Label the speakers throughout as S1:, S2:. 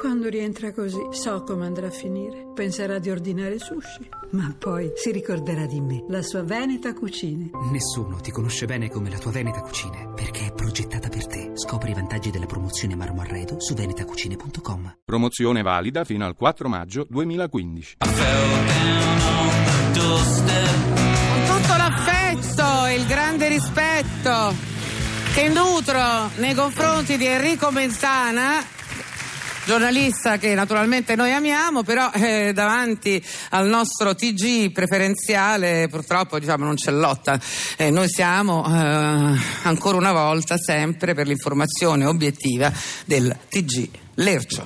S1: Quando rientra così, so come andrà a finire. Penserà di ordinare sushi, ma poi si ricorderà di me, la sua Veneta Cucine.
S2: Nessuno ti conosce bene come la tua Veneta Cucine, perché è progettata per te. Scopri i vantaggi della promozione Marmo Arredo su venetacucine.com.
S3: Promozione valida fino al 4 maggio 2015.
S4: Con tutto l'affetto e il grande rispetto che nutro nei confronti di Enrico Mentana, giornalista che naturalmente noi amiamo, però davanti al nostro TG preferenziale purtroppo non c'è lotta. Noi siamo ancora una volta sempre per l'informazione obiettiva del TG Lercio.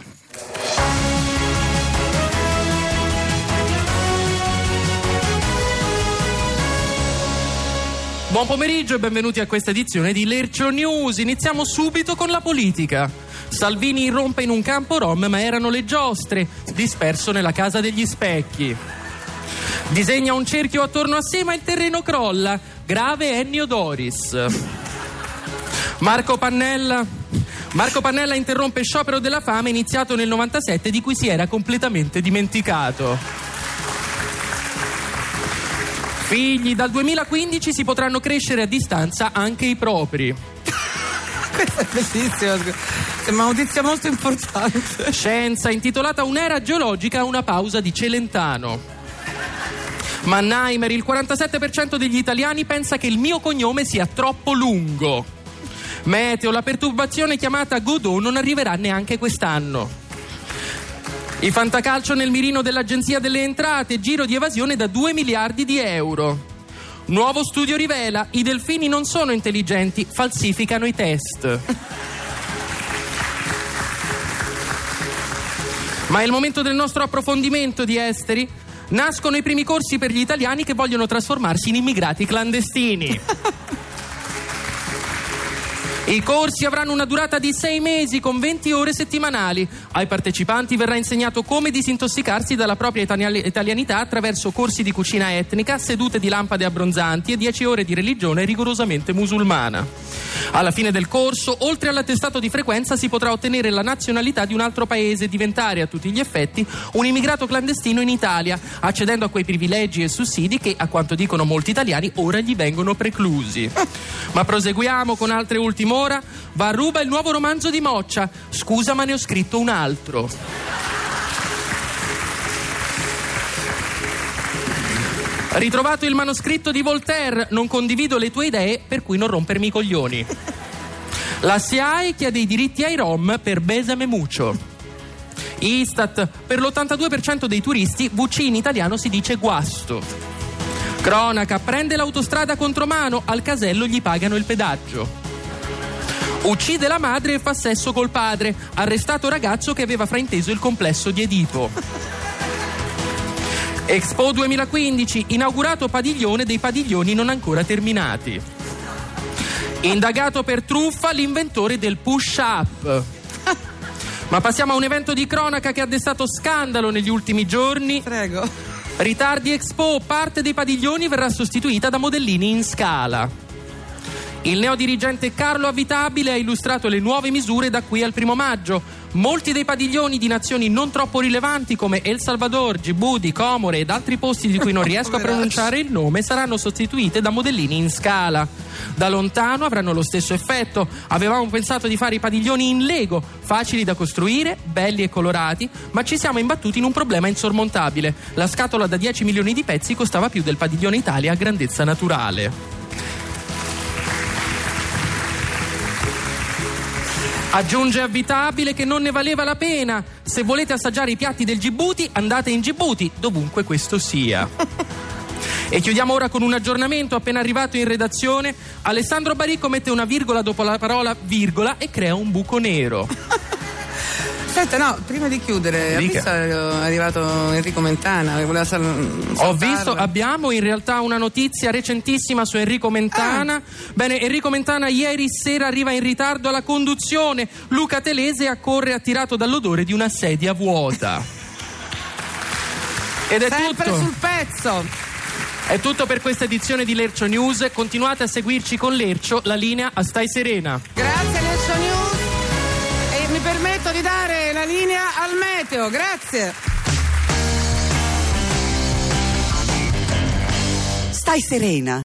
S5: Buon pomeriggio e benvenuti a questa edizione di Lercio News. Iniziamo subito con la politica. Salvini irrompe in un campo rom, ma erano le giostre, disperso nella casa degli specchi. Disegna un cerchio attorno a sé, ma il terreno crolla. Grave Ennio Doris. Marco Pannella interrompe sciopero della fame iniziato nel 97, di cui si era completamente dimenticato. Figli, dal 2015 si potranno crescere a distanza anche i propri.
S4: Questa è bellissima, è una notizia molto importante.
S5: Scienza, intitolata Un'era geologica a una pausa di Celentano. Mannheimer, il 47% degli italiani pensa che il mio cognome sia troppo lungo. Meteo, la perturbazione chiamata Godot non arriverà neanche quest'anno. Il fantacalcio nel mirino dell'Agenzia delle Entrate, giro di evasione da 2 miliardi di euro. Nuovo studio rivela, i delfini non sono intelligenti, falsificano i test. Ma è il momento del nostro approfondimento di esteri. Nascono i primi corsi per gli italiani che vogliono trasformarsi in immigrati clandestini. I corsi avranno una durata di 6 mesi con 20 ore settimanali. Ai partecipanti verrà insegnato come disintossicarsi dalla propria italianità attraverso corsi di cucina etnica, sedute di lampade abbronzanti e 10 ore di religione rigorosamente musulmana. Alla fine del corso, oltre all'attestato di frequenza, si potrà ottenere la nazionalità di un altro paese e diventare a tutti gli effetti un immigrato clandestino in Italia, accedendo a quei privilegi e sussidi che, a quanto dicono molti italiani, ora gli vengono preclusi. Ma proseguiamo con altre ultime ora. Va a ruba il nuovo romanzo di Moccia. Scusa, ma ne ho scritto un altro. Ritrovato il manoscritto di Voltaire. Non condivido le tue idee, per cui non rompermi i coglioni. La SIAE chiede i diritti ai Rom per Besame Muccio. Istat, per l'82% dei turisti VC in italiano si dice guasto. Cronaca, prende l'autostrada contromano, al casello gli pagano il pedaggio. Uccide la madre e fa sesso col padre. Arrestato ragazzo che aveva frainteso il complesso di Edipo. Expo 2015, inaugurato padiglione dei padiglioni non ancora terminati. Indagato per truffa l'inventore del push-up. Ma passiamo a un evento di cronaca che ha destato scandalo negli ultimi giorni.
S4: Prego.
S5: Ritardi Expo, parte dei padiglioni verrà sostituita da modellini in scala. Il neodirigente Carlo Avitabile ha illustrato le nuove misure da qui al 1 maggio. Molti dei padiglioni di nazioni non troppo rilevanti come El Salvador, Djibouti, Comore ed altri posti di cui non riesco a pronunciare il nome saranno sostituite da modellini in scala. Da lontano avranno lo stesso effetto. Avevamo pensato di fare i padiglioni in Lego, facili da costruire, belli e colorati, ma ci siamo imbattuti in un problema insormontabile. La scatola da 10 milioni di pezzi costava più del padiglione Italia a grandezza naturale. Aggiunge Avitabile che non ne valeva la pena. Se volete assaggiare i piatti del Djibouti, andate in Djibouti, dovunque questo sia. E chiudiamo ora con un aggiornamento appena arrivato in redazione. Alessandro Baricco mette una virgola dopo la parola virgola e crea un buco nero.
S4: Aspetta, no, prima di chiudere, è arrivato Enrico Mentana che voleva
S5: Ho visto, abbiamo in realtà una notizia recentissima su Enrico Mentana. Bene, Enrico Mentana ieri sera arriva in ritardo alla conduzione. Luca Telese accorre attirato dall'odore di una sedia vuota. Ed è
S4: sempre
S5: tutto.
S4: Sul pezzo.
S5: È tutto per questa edizione di Lercio News. Continuate a seguirci con Lercio, la linea a Stai Serena.
S4: Grazie Lercio News. E mi permetto di dare dare la linea al meteo. Grazie.
S6: Stai serena.